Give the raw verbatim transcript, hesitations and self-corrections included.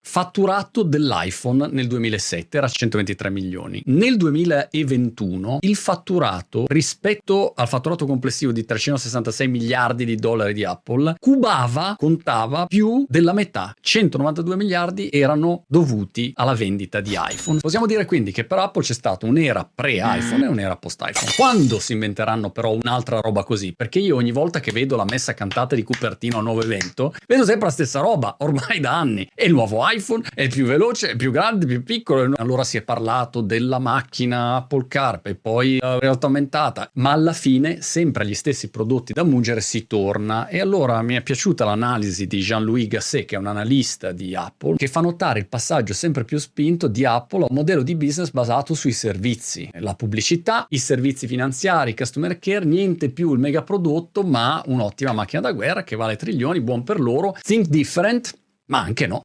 Fatturato dell'iPhone nel duemilasette era centoventitré milioni. Nel duemilaventuno il fatturato rispetto al fatturato complessivo di trecentosessantasei miliardi di dollari di Apple cubava, contava più della metà. centonovantadue miliardi erano dovuti alla vendita di iPhone. Possiamo dire quindi che per Apple c'è stata un'era pre-iPhone e un'era post-iPhone. Quando si inventeranno però un'altra roba così? Perché io ogni volta che vedo la messa cantata di Cupertino a un nuovo evento vedo sempre la stessa roba ormai da anni. È il nuovo iPhone, è il più veloce, è più grande, più piccolo. Allora si è parlato della macchina Apple Car e poi la realtà aumentata, ma alla fine sempre agli stessi prodotti da mungere si torna. E allora mi è piaciuta l'analisi di Jean-Louis Gasset, che è un analista di Apple, che fa notare il passaggio sempre più spinto di Apple a un modello di business basato sui servizi, la pubblicità, i servizi finanziari, customer care, niente più il megaprodotto, ma un'ottima macchina da guerra che vale trilioni, buon per loro. Think different, ma anche no.